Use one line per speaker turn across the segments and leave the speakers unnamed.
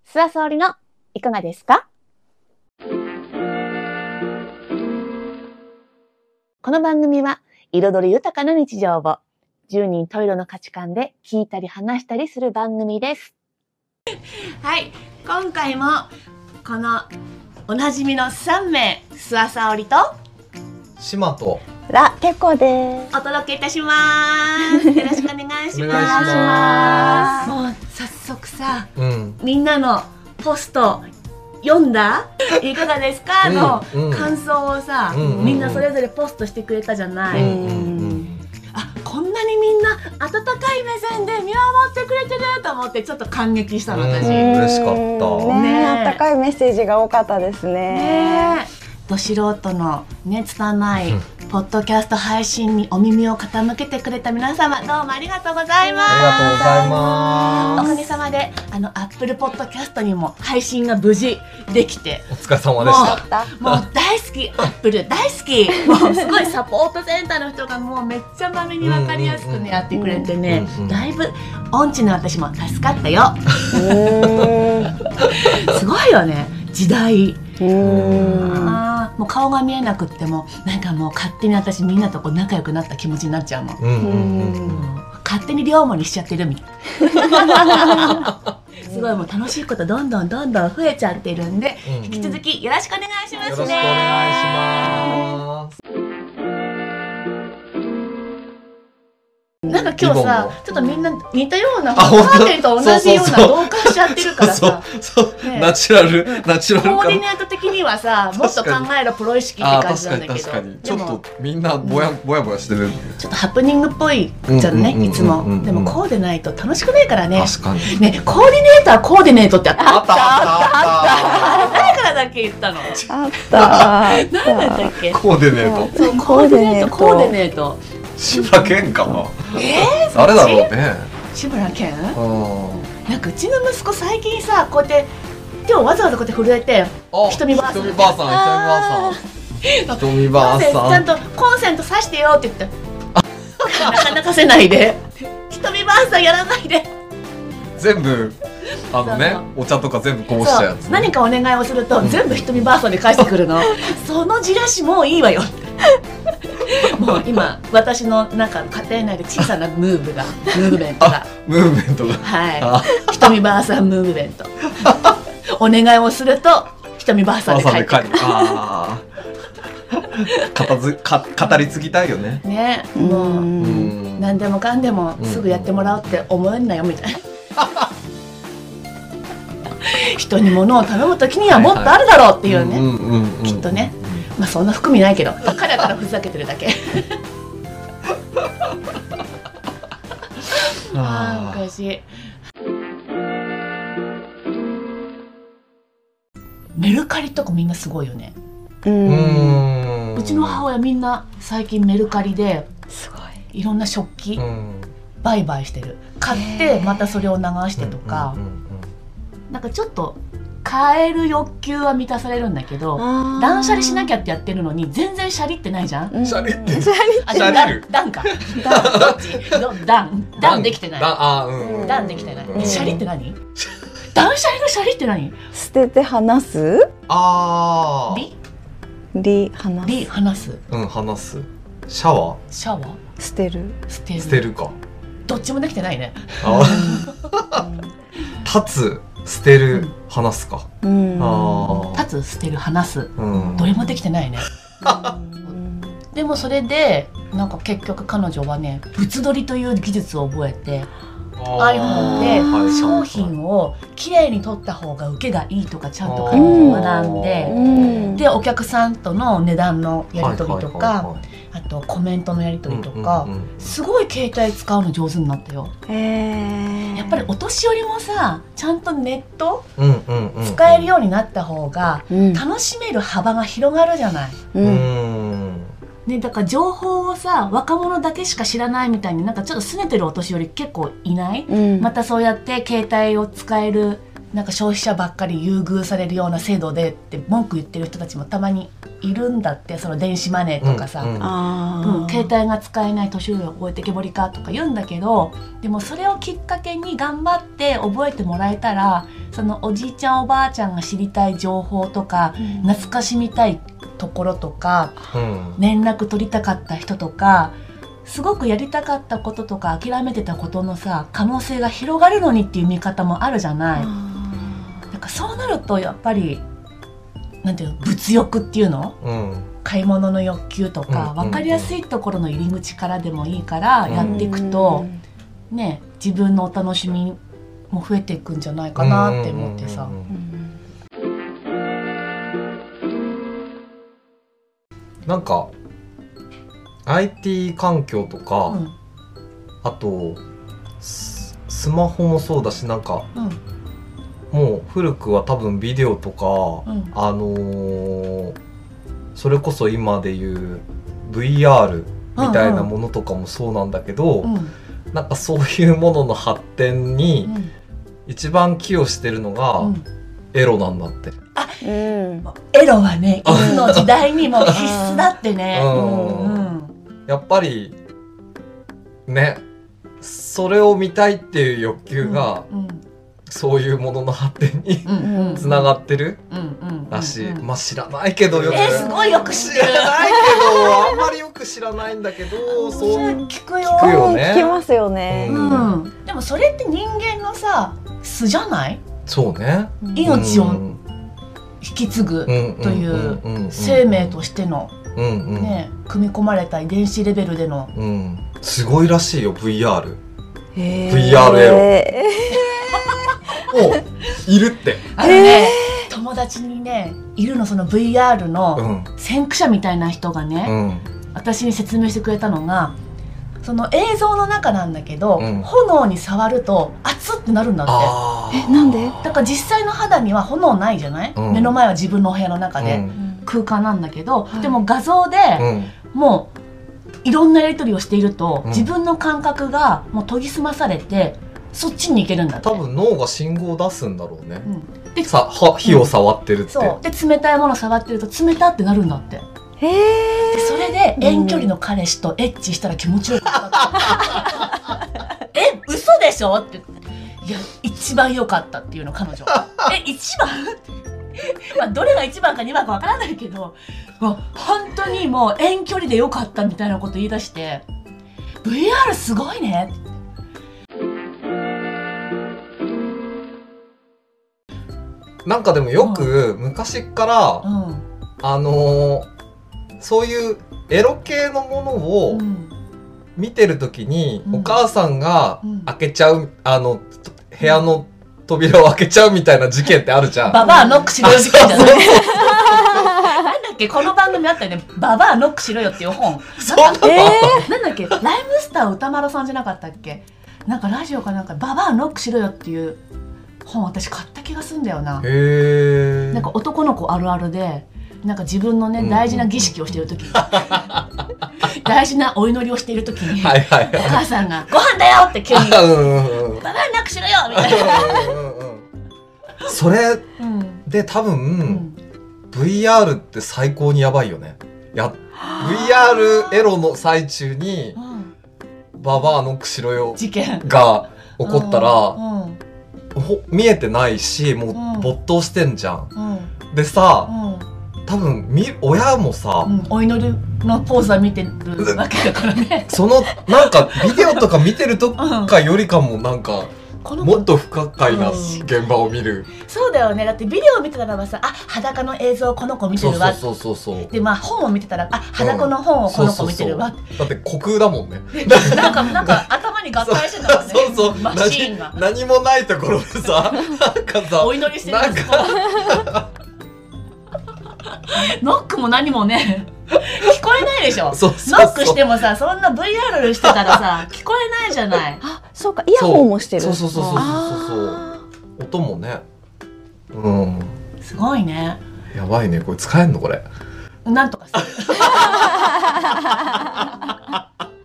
諏訪沙織のいかがですか？この番組は彩り豊かな日常を10人十色の価値観で聞いたり話したりする番組です。はい、今回もこのおなじみの3名、諏訪沙織と
島と
結構です。
お届けいたします。よろしくお願いします。もう早速さ、みんなのポスト読んだ？いかがですかの感想をさ、みんなそれぞれポストしてくれたじゃない。あ、こんなにみんな温かい目線で見守ってくれてると思ってちょっと感激したの私。
嬉しかった
ね。温かいメッセージが多かったですね。
ど素人のね、拙いポッドキャスト配信にお耳を傾けてくれた皆様、どうもありがとうございます。
ありがとうございます。
おかげさまでApple Podcast にも配信が無事できて、
お疲れ様でした。
もう大好き、Apple 大好き。もうすごいサポートセンターの人がもうめっちゃまめに分かりやすくねやってくれてね、だいぶ音痴の私も助かったよ。すごいよね、時代。もう顔が見えなくってもなんかもう勝手に私みんなとこう仲良くなった気持ちになっちゃうもん。勝手に両思いにしちゃってるみたいな。すごいもう楽しいことどんどん増えちゃってるんで、引き続きよろしくお願いしますね。
よろしくお願いします。
なんか今日さ、ちょっとみんな似たようなカーテンと同じような同化しちゃってるからさ、
ナチュラル
コーディネート的にはさ、もっと考えろプロ意識って感じなんだけど、
ちょっとみんなぼやしてる。
ちょっとハプニングっぽいじゃんね、いつも。でもコーデないと楽しくないからね。
確かに
ね、コーディネーターコーディネートってあった。誰からだっけ言ったの？
あった。
誰だったっけ？
コーディネート。
そう、コーディネート。
志村けんかな。誰だろうね。
志村けん？なんかうちの息子最近さ、こうやって手をわざわざこうやって震えて、ひとみばあさん、
ひとみばあさん、
ちゃんとコンセント挿してよって言って、なかなかせないで、ひとみばあさんやらないで。
全部お茶とか全部こぼしたやつ。
何かお願いをすると全部ひとみばあさんで返してくるの。そのじらしもういいわよ。もう今私の中の家庭内で小さなムーブメントがはい、ひとみばあさんムーブメント。お願いをするとひとみばあさんで帰ってくる。
語り継ぎたいよね。
ね、もう何でもかんでもすぐやってもらおうって思えんなよみたいな。人に物を頼むときにはもっとあるだろうっていうね、きっとね。まあそんな含みないけど、彼はただふざけてるだけ。おかしい。メルカリとかみんなすごいよね。うちの母親みんな最近メルカリですごいいろんな食器売買してる。買ってまたそれを流してとか、なんかちょっと買える欲求は満たされるんだけど、断捨離しなきゃってやってるのに全然シャリってないじゃん。
シャリって
断か断できてない。断できてない。シャリって何？断捨離のシャリって何？
捨てて話す？
話す。
話す。シャワ
ー？
捨てる
か。
どっちもできてないね。
立つ、捨てる、話すか。
立つ、捨てる、話す。どれもできてないね。でもそれでなんか結局彼女はね、物撮りという技術を覚えて、iPhone で商品をきれいに撮った方が受けがいいとかちゃんと学んで、でお客さんとの値段のやり取りとか、あとコメントのやり取りとか、すごい携帯使うの上手になったよ。やっぱりお年寄りもさ、ちゃんとネット使えるようになった方が楽しめる幅が広がるじゃない。ね、だから情報をさ、若者だけしか知らないみたいになんかちょっと拗ねてるお年寄り結構いない？またそうやって携帯を使えるなんか消費者ばっかり優遇されるような制度でって文句言ってる人たちもたまにいるんだって。その電子マネーとかさ、携帯が使えない年寄りを置いてけぼりかとか言うんだけど、でもそれをきっかけに頑張って覚えてもらえたらそのおじいちゃんおばあちゃんが知りたい情報とか、懐かしみたいところとか、連絡取りたかった人とか、すごくやりたかったこととか諦めてたことのさ可能性が広がるのにっていう見方もあるじゃない。だからそうなるとやっぱりなんていうの、物欲っていうの、買い物の欲求とか、分かりやすいところの入り口からでもいいからやっていくと、ね、自分のお楽しみも増えていくんじゃないかなって思ってさ。
なんか IT 環境とか、あとスマホもそうだし、なんか、もう古くは多分ビデオとか、それこそ今でいう VR みたいなものとかもそうなんだけど、なんかそういうものの発展に一番寄与してるのがエロなんだって。
エロはね、いつの時代にも必須だってね。
やっぱりね、それを見たいっていう欲求が、そういうものの発展につながってるらしい。まあ知らないけどよく、
すごいよく知ってる。
知らないけどあんまりよく知らないんだけど、そう
聞くよ
ね。
聞きますよね。
でもそれって人間のさ素じゃない？
そうね。
命を引き継ぐという生命としてのね、組み込まれた遺伝子レベルでの、
すごいらしいよ VR。VR エロ。いるって。
友達にねいるの、その VR の先駆者みたいな人がね、私に説明してくれたのが、その映像の中なんだけど、炎に触ると熱ってなるんだって。
なんで？
だから実際の肌には炎ないじゃない、目の前は自分のお部屋の中で、空間なんだけど、でも画像で、もういろんなやり取りをしていると、自分の感覚がもう研ぎ澄まされてそっちに行けるんだって。
多分脳が信号を出すんだろうね。で火を触ってるって、
そうで冷たいもの触ってると冷たってなるんだって。でそれで遠距離の彼氏とエッチしたら気持ちよかったって。嘘でしょって。いや一番良かったっていうの彼女。一番まあどれが1番か2番かわからないけど、もう本当にもう遠距離で良かったみたいなこと言い出して、 VR すごいね。
なんかでもよく昔から、そういうエロ系のものを見てるときに、お母さんが開けちゃう、部屋の扉を開けちゃうみたいな事件ってあるじゃん。
ババアノックしろよ事件じゃない？なんだっけ、この番組あったよね、ババアノックしろよっていう本。なんだっけ、ライムスター歌丸さんじゃなかったっけ、なんかラジオかなんかババアノックしろよっていう本私買った気がするんだよな。なんか男の子あるあるで、なんか自分のね大事な儀式をしている時に大事なお祈りをしている時にお母さんがご飯だよって急にババアなくしろよみたい
な。それで多分 VR って最高にやばいよね。VR エロの最中にババアノックしろよ
事件
が起こったら見えてないし、もう没頭してんじゃん。でさ、多分親もさ、
お祈りのポーズは見てるわけだからね。
そのなんかビデオとか見てるとかよりかもなんかもっと不可解な現場を見る。
そうだよね。だってビデオを見てたらばさ、裸の映像をこの子見てるわ。でまあ本を見てたら裸の本をこの子見てるわ。
だって虚空だもんね。
なんか頭に合体してたもんね。
そう
マシーンが
何もないところでさ、なんかさ
お祈りしてるんですか。ノックも何もね聞こえないでしょ。ノックしてもさ、そんな VR してたらさ聞こえないじゃない。
あ、そうか、イヤホンもしてる。
そう音もね。
すごいね。
やばいね、これ使えんのこれ。
なんとかする。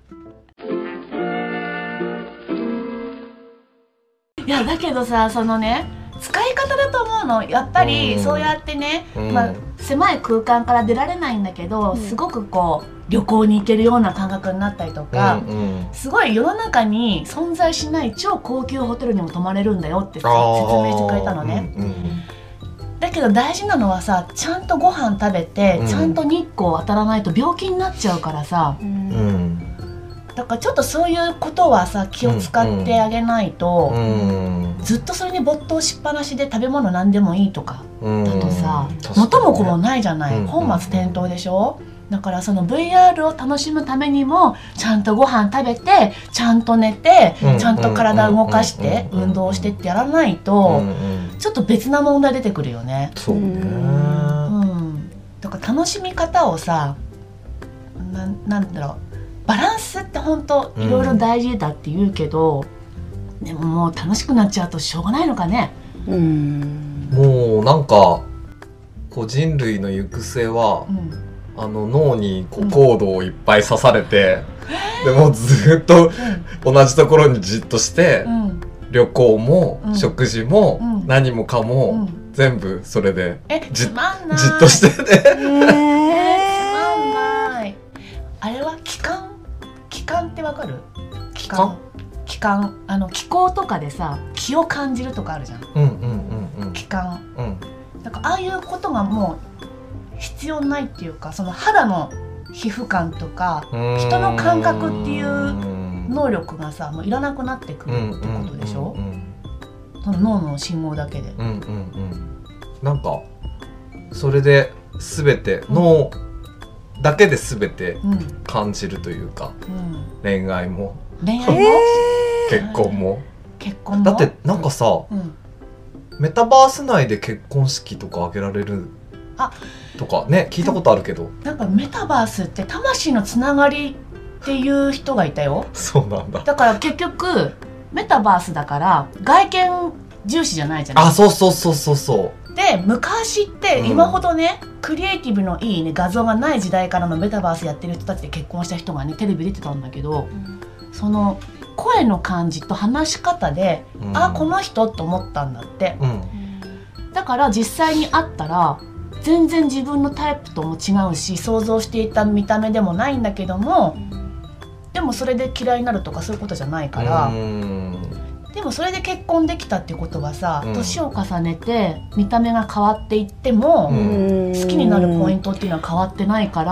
いやだけどさ、そのね使い方だと思うの。やっぱりそうやってね、狭い空間から出られないんだけど、すごくこう旅行に行けるような感覚になったりとか、すごい世の中に存在しない超高級ホテルにも泊まれるんだよって説明してくれたのね。だけど大事なのはさ、ちゃんとご飯食べて、ちゃんと日光当たらないと病気になっちゃうからさ、だからちょっとそういうことはさ気を使ってあげないと、ずっとそれに没頭しっぱなしで食べ物何でもいいとかだとさ、元も子もないじゃない。本末転倒でしょ。だからその VR を楽しむためにもちゃんとご飯食べて、ちゃんと寝て、ちゃんと体動かして運動してってやらないとちょっと別な問題出てくるよね。
そうね。
だから楽しみ方をさ、なんだろう、バランスって本当いろいろ大事だって言うけど、でももう楽しくなっちゃうとしょうがないのかね。
もうなんかこう人類の行く末は、脳にこうコードをいっぱい刺されて、でもずっと同じところにじっとして、旅行も、食事も、何もかも、全部それでじっとしてて、
つまんない。あれは気感ってわかる？気感気候とかでさ、気を感じるとかあるじゃん。気感。だからああいうことがもう必要ないっていうか、その肌の皮膚感とか人の感覚っていう能力がさ、もういらなくなってくるってことでしょ。その脳の信号だけで。
なんかそれで全て、脳だけで全て感じるというか、恋愛も結婚も。だってなんかさ、メタバース内で結婚式とか挙げられるとかね、聞いたことあるけど、
なんかメタバースって魂のつながりっていう人がいたよ。
そうなんだ。
だから結局メタバースだから外見重視じゃないじゃない。
そう
で、昔って今ほどね、クリエイティブのいいね画像がない時代からのメタバースやってる人たちで結婚した人がねテレビ出てたんだけど、その声の感じと話し方で、この人と思ったんだって。だから実際に会ったら全然自分のタイプとも違うし、想像していた見た目でもないんだけども、でもそれで嫌いになるとかそういうことじゃないから。でもそれで結婚できたってことはさ、年を重ねて見た目が変わっていっても、好きになるポイントっていうのは変わってないから、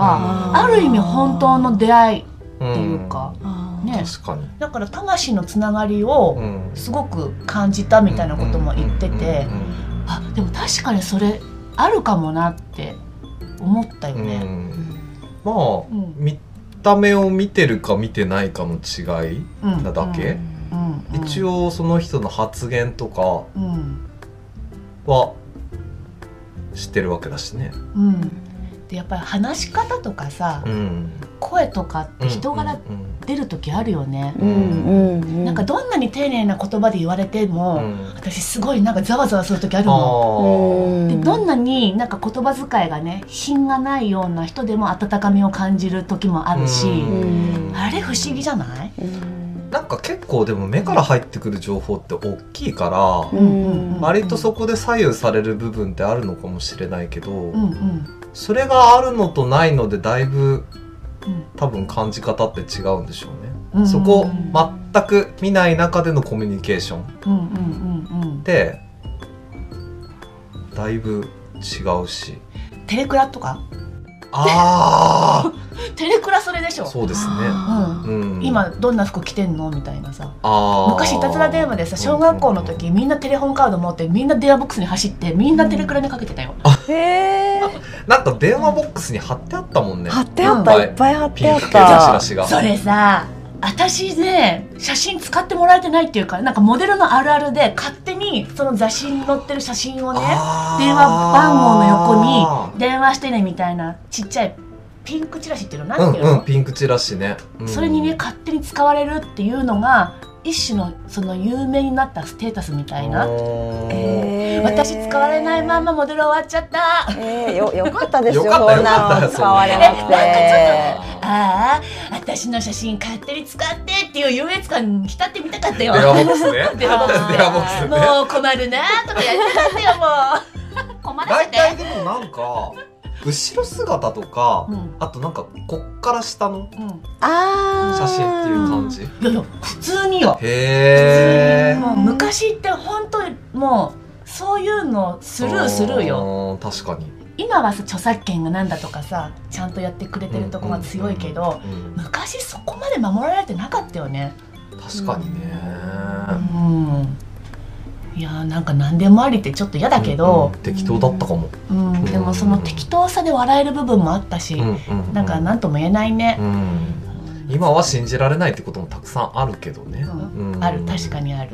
ある意味本当の出会いっていうか、ね、
確かに。
だから魂のつながりをすごく感じたみたいなことも言ってて、でも確かにそれあるかもなって思ったよね。
まあ、見た目を見てるか見てないかの違いなだけ。一応その人の発言とかは知ってるわけだしね。でやっぱり話し方とかさ、声とかって人柄出る時あるよね。なんかどんなに丁寧な言葉で言われても、私すごいなんかざわざわする時あるもん。でどんなになんか言葉遣いがね品がないような人でも温かみを感じる時もあるし、あれ不思議じゃない？ なんか結構でも目から入ってくる情報って大きいから、割とそこで左右される部分ってあるのかもしれないけど、それがあるのとないのでだいぶ多分感じ方って違うんでしょうね。そこ全く見ない中でのコミュニケーションってだいぶ違うし。
テレクラとかテレクラそれでしょ。
そうですね。
今どんな服着てんのみたいなさ。昔いたずら電話でさ、小学校の時みんなテレホンカード持ってみんな電話ボックスに走ってみんなテレクラにかけてたよ。
なんか電話ボックスに貼ってあったもんね。
貼ってあった、いっぱい貼ってあった。
それさ、私ね写真使ってもらえてないっていうか、なんかモデルのあるあるで勝手にその雑誌に載ってる写真をね、電話番号の横に電話してねみたいなちっちゃいピンクチラシっていうの何ていうの？
ピンクチラシね。
それにね勝手に使われるっていうのが一種のその有名になったステータスみたいな。私使われないままモデル終わっちゃった。
よかったですよ。そんなの使われなくて。
私の写真勝手に使ってってっていう優越感に浸ってみたかったよ。
電話ボックスね。
電話ボックスで
電話ボックスね。
もう困るなとかやりたかったよ、もう。困らせて。
大体でもなんか後ろ姿とか、あとなんかこっから下の写真っていう感じ。
いやいや普通によ。
へえ。
もう昔って本当にもうそういうのスルーよ。
確かに。
今はさ著作権がなんだとかさちゃんとやってくれてるとこが強いけど、昔そこまで守られてなかったよね。
確かにね。
いやなんか何でもありってちょっと嫌だけど、
適当だったかも。
でもその適当さで笑える部分もあったし、なんか何とも言えないね。
今は信じられないってこともたくさんあるけどね。
ある、確かにある。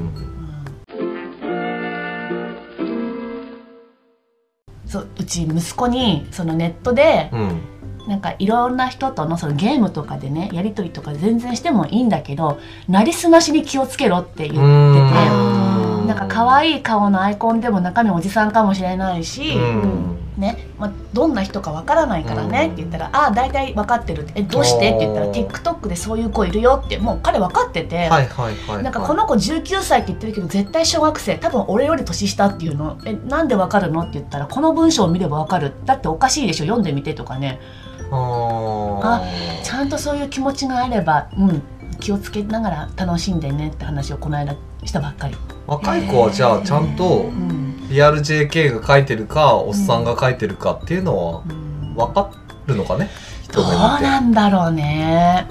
そううち息子にそのネットで、なんかいろんな人とのそのゲームとかでねやり取りとか全然してもいいんだけど、なりすましに気をつけろって言ってて、なんか可愛い顔のアイコンでも中身おじさんかもしれないし、ね、どんな人かわからないからねって言ったら、ああ大体分かってるって、どうしてって言ったら TikTok でそういう子いるよって、もう彼分かってて、なんかこの子19歳って言ってるけど絶対小学生、多分俺より年下っていうの、なんで分かるのって言ったら、この文章を見れば分かる、だっておかしいでしょ読んでみてとかね。ちゃんとそういう気持ちがあれば、気をつけながら楽しんでねって話をこの間したばっかり。
若い子はじゃあちゃんとリアル JK が書いてるかおっさんが書いてるかっていうのは分かるのかね、
どうなんだろうね。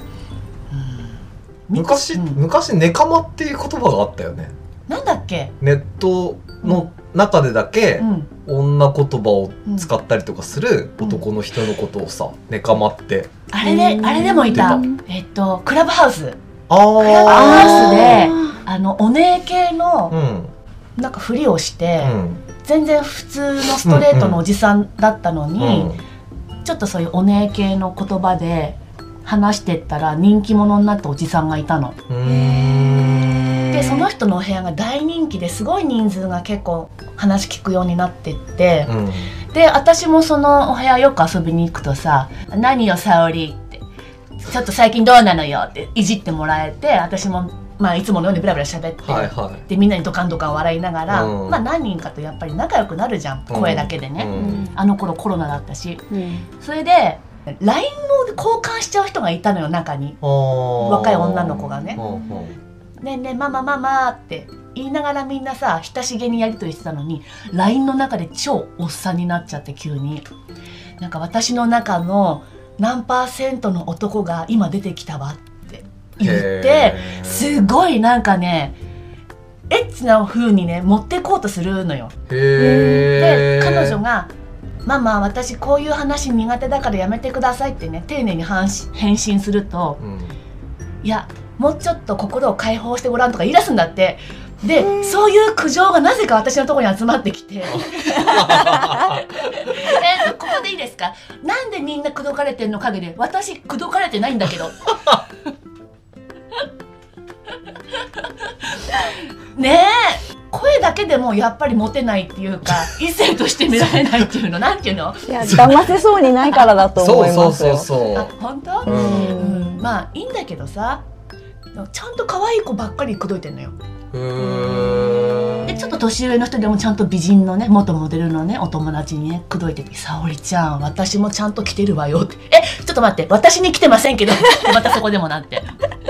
昔ネカマっていう言葉があったよね。
なんだっけ。
ネットの中でだけ女言葉を使ったりとかする男の人のことをさ、ネカマって。
あれでもいた。クラブハウス。クラブハウスでお姉系のなんかふりをして、全然普通のストレートのおじさんだったのに、ちょっとそういうお姉系の言葉で話してったら人気者になったおじさんがいたの。でその人のお部屋が大人気ですごい人数が結構話聞くようになってって、で私もそのお部屋よく遊びに行くとさ「何よ沙織」って「ちょっと最近どうなのよ」っていじってもらえて、私もいつものようにブラブラ喋って、でみんなにドカンドカン笑いながら、何人かとやっぱり仲良くなるじゃん、声だけでね。あの頃コロナだったし、それで LINE を交換しちゃう人がいたのよ、中に。若い女の子がね。ねえねえママママって言いながらみんなさ親しげにやり取りしてたのに、 LINE の中で超おっさんになっちゃって、急になんか私の中の何%の男が今出てきたわって言って、すごいなんかねエッチな風にね持ってこうとするのよ。で彼女がママ私こういう話苦手だからやめてくださいってね丁寧に返信すると、いやもうちょっと心を解放してごらんとか言い出すんだって。でそういう苦情がなぜか私のところに集まってきてここでいいですか、なんでみんな口説かれてんの陰で、私口説かれてないんだけどねえ、声だけでもやっぱりモテないっていうか異性として見られないっていうの、なんていうの、
いや騙せそうにないからだと思いますよ。
あ、本当？まあいいんだけどさ、ちゃんと可愛い子ばっかり口説いてんのよ。でちょっと年上の人でもちゃんと美人のね元モデルのねお友達にね口説いてて、沙織ちゃん私もちゃんと来てるわよって、ちょっと待って私に来てませんけどまたそこでもなって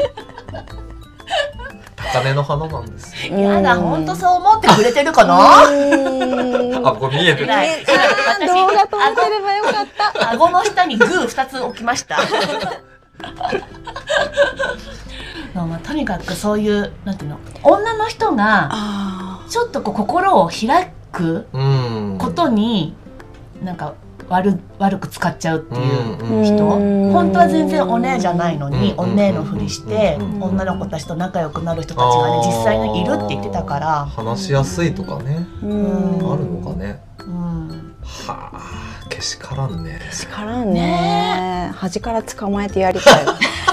高嶺の花なんですよ。
やだ、本当そう思ってくれてるかなあ、
これ見えてない。
動画撮ってればよかった。
顎の下にグー2つ置きましたとにかくそういうなんていうの、女の人がちょっとこう心を開くことになんか悪く使っちゃうっていう人、本当は全然お姉じゃないのにお姉のふりして女の子たちと仲良くなる人たちがね実際にいるって言ってたから、
話しやすいとかねあるのかね。はあ、けしからんね。
けしからんね。端から捕まえてやりたい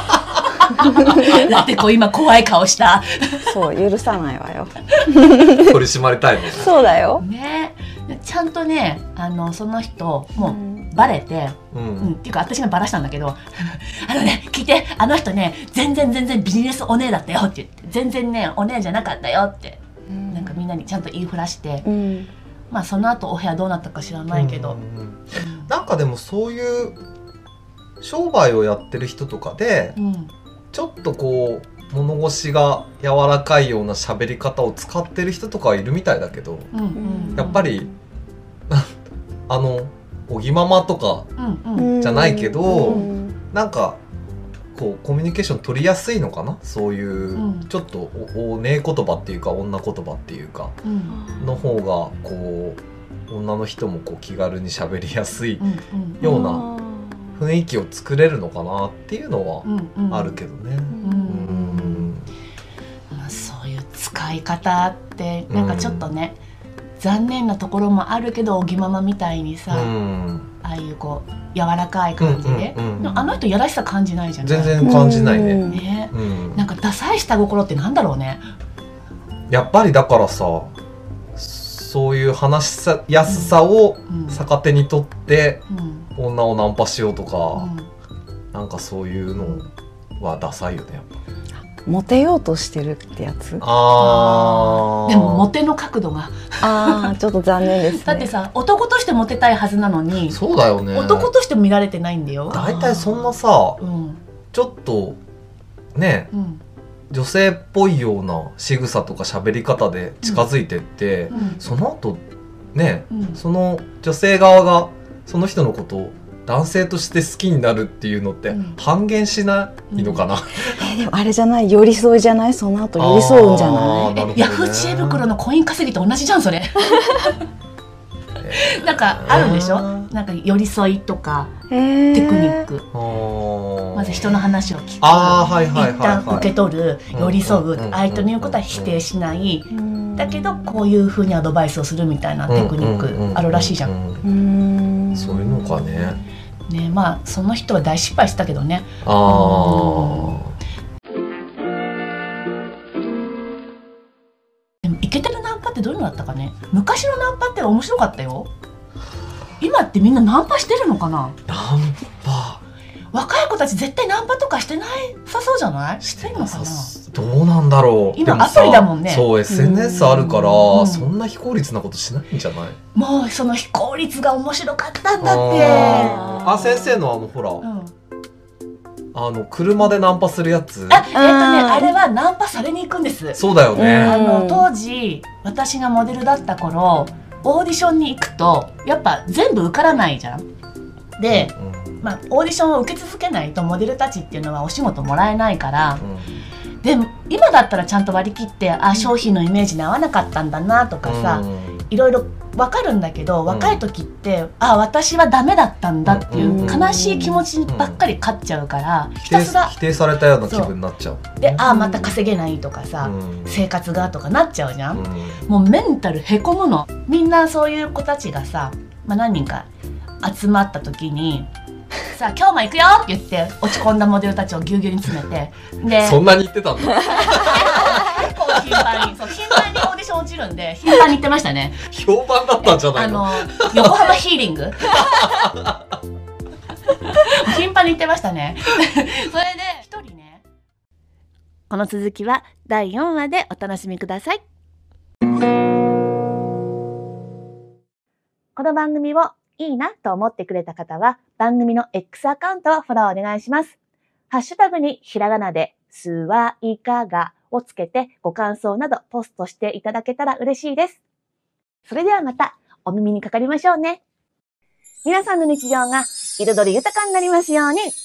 だってこう今怖い顔した
そう、許さないわよ
取り締まりたいね。
そうだよ
ね。 ちゃんとねその人もうバレて、っていうか私がバラしたんだけど聞いてあの人ね全然ビジネスお姉だったよって言って全然ねお姉じゃなかったよって、なんかみんなにちゃんと言いふらして、まあその後お部屋どうなったか知らないけど、
なんかでもそういう商売をやってる人とかで、ちょっとこう物腰が柔らかいような喋り方を使ってる人とかはいるみたいだけど、やっぱりおぎママとかじゃないけど、なんかこうコミュニケーション取りやすいのかな、そういうちょっとお姉言葉っていうか女言葉っていうかの方がこう女の人もこう気軽に喋りやすいような雰囲気を作れるのかなっていうのはあるけどね。
そういう使い方ってなんかちょっとね、残念なところもあるけどおぎママみたいにさ、ああいうこう柔らかい感じで、あの人やらしさ感じないじゃん。
全然感じないね。
なんかダサい下心ってなんだろうね。
やっぱりだからさ、そういう話しやすさを逆手にとって、女をナンパしようとか、なんかそういうのはダサいよね、やっぱ。
モテようとしてるってやつ。
でもモテの角度が
ちょっと残念ですね。
だってさ、男としてモテたいはずなのに、
そうだよね、
男として見られてないんだよ。
だいたいそんなさ、ちょっとね、女性っぽいような仕草とか喋り方で近づいてって、その後ね、その女性側がその人のことを男性として好きになるっていうのって半減しないのかな。
でもあれじゃない、寄り添いじゃない、その後寄り添うんじゃない。
ヤフー知恵袋のコイン稼ぎと同じじゃんそれ。なんかあるんでしょ、なんか寄り添いとかテクニック、まず人の話を聞く、一旦受け取る、寄り添う、相手の言うことは否定しない、だけどこういうふうにアドバイスをするみたいなテクニックあるらしいじゃん。
そういうのかね。
ね、まあその人は大失敗したけどね。でもイケてるナンパってどういうのだったかね。昔のナンパって面白かったよ。今ってみんなナンパしてるのかな。
ナンパ、
若い子たち絶対ナンパとかしてないさそうじゃない。してんのかな。
どうなんだろう。
今アプリだもんね。
そう SNS あるから、そんな非効率なことしないんじゃない。も
うその非効率が面白かったんだって。
先生のほら、車でナンパするやつ。
あれはナンパされに行くんです。
そうだよね。
当時私がモデルだった頃、オーディションに行くとやっぱ全部受からないじゃん。で、まあオーディションを受け続けないとモデルたちっていうのはお仕事もらえないから、でも今だったらちゃんと割り切って、商品のイメージに合わなかったんだなとかさ、いろいろ分かるんだけど、若い時って私はダメだったんだっていう悲しい気持ちばっかり勝っちゃうから、ひたすら
否定されたような気分になっちゃう。
で、また稼げないとかさ、生活がとかなっちゃうじゃん。もうメンタルへこむの。みんなそういう子たちがさ、何人か集まった時にさあ今日も行くよって言って落ち込んだモデルたちをぎゅうぎゅうに詰めて、で
そんなに言ってたんだ。
結構頻繁にオーディション落ちるんで頻繁に行ってましたね。
評判だったんじゃないの。
横浜ヒーリング頻繁に行ってましたね。それで一人ね。この続きは第4話でお楽しみください。この番組をいいなと思ってくれた方は番組の X アカウントをフォローお願いします。ハッシュタグにひらがなでスワイカガをつけてご感想などポストしていただけたら嬉しいです。それではまたお耳にかかりましょうね。皆さんの日常が彩り豊かになりますように。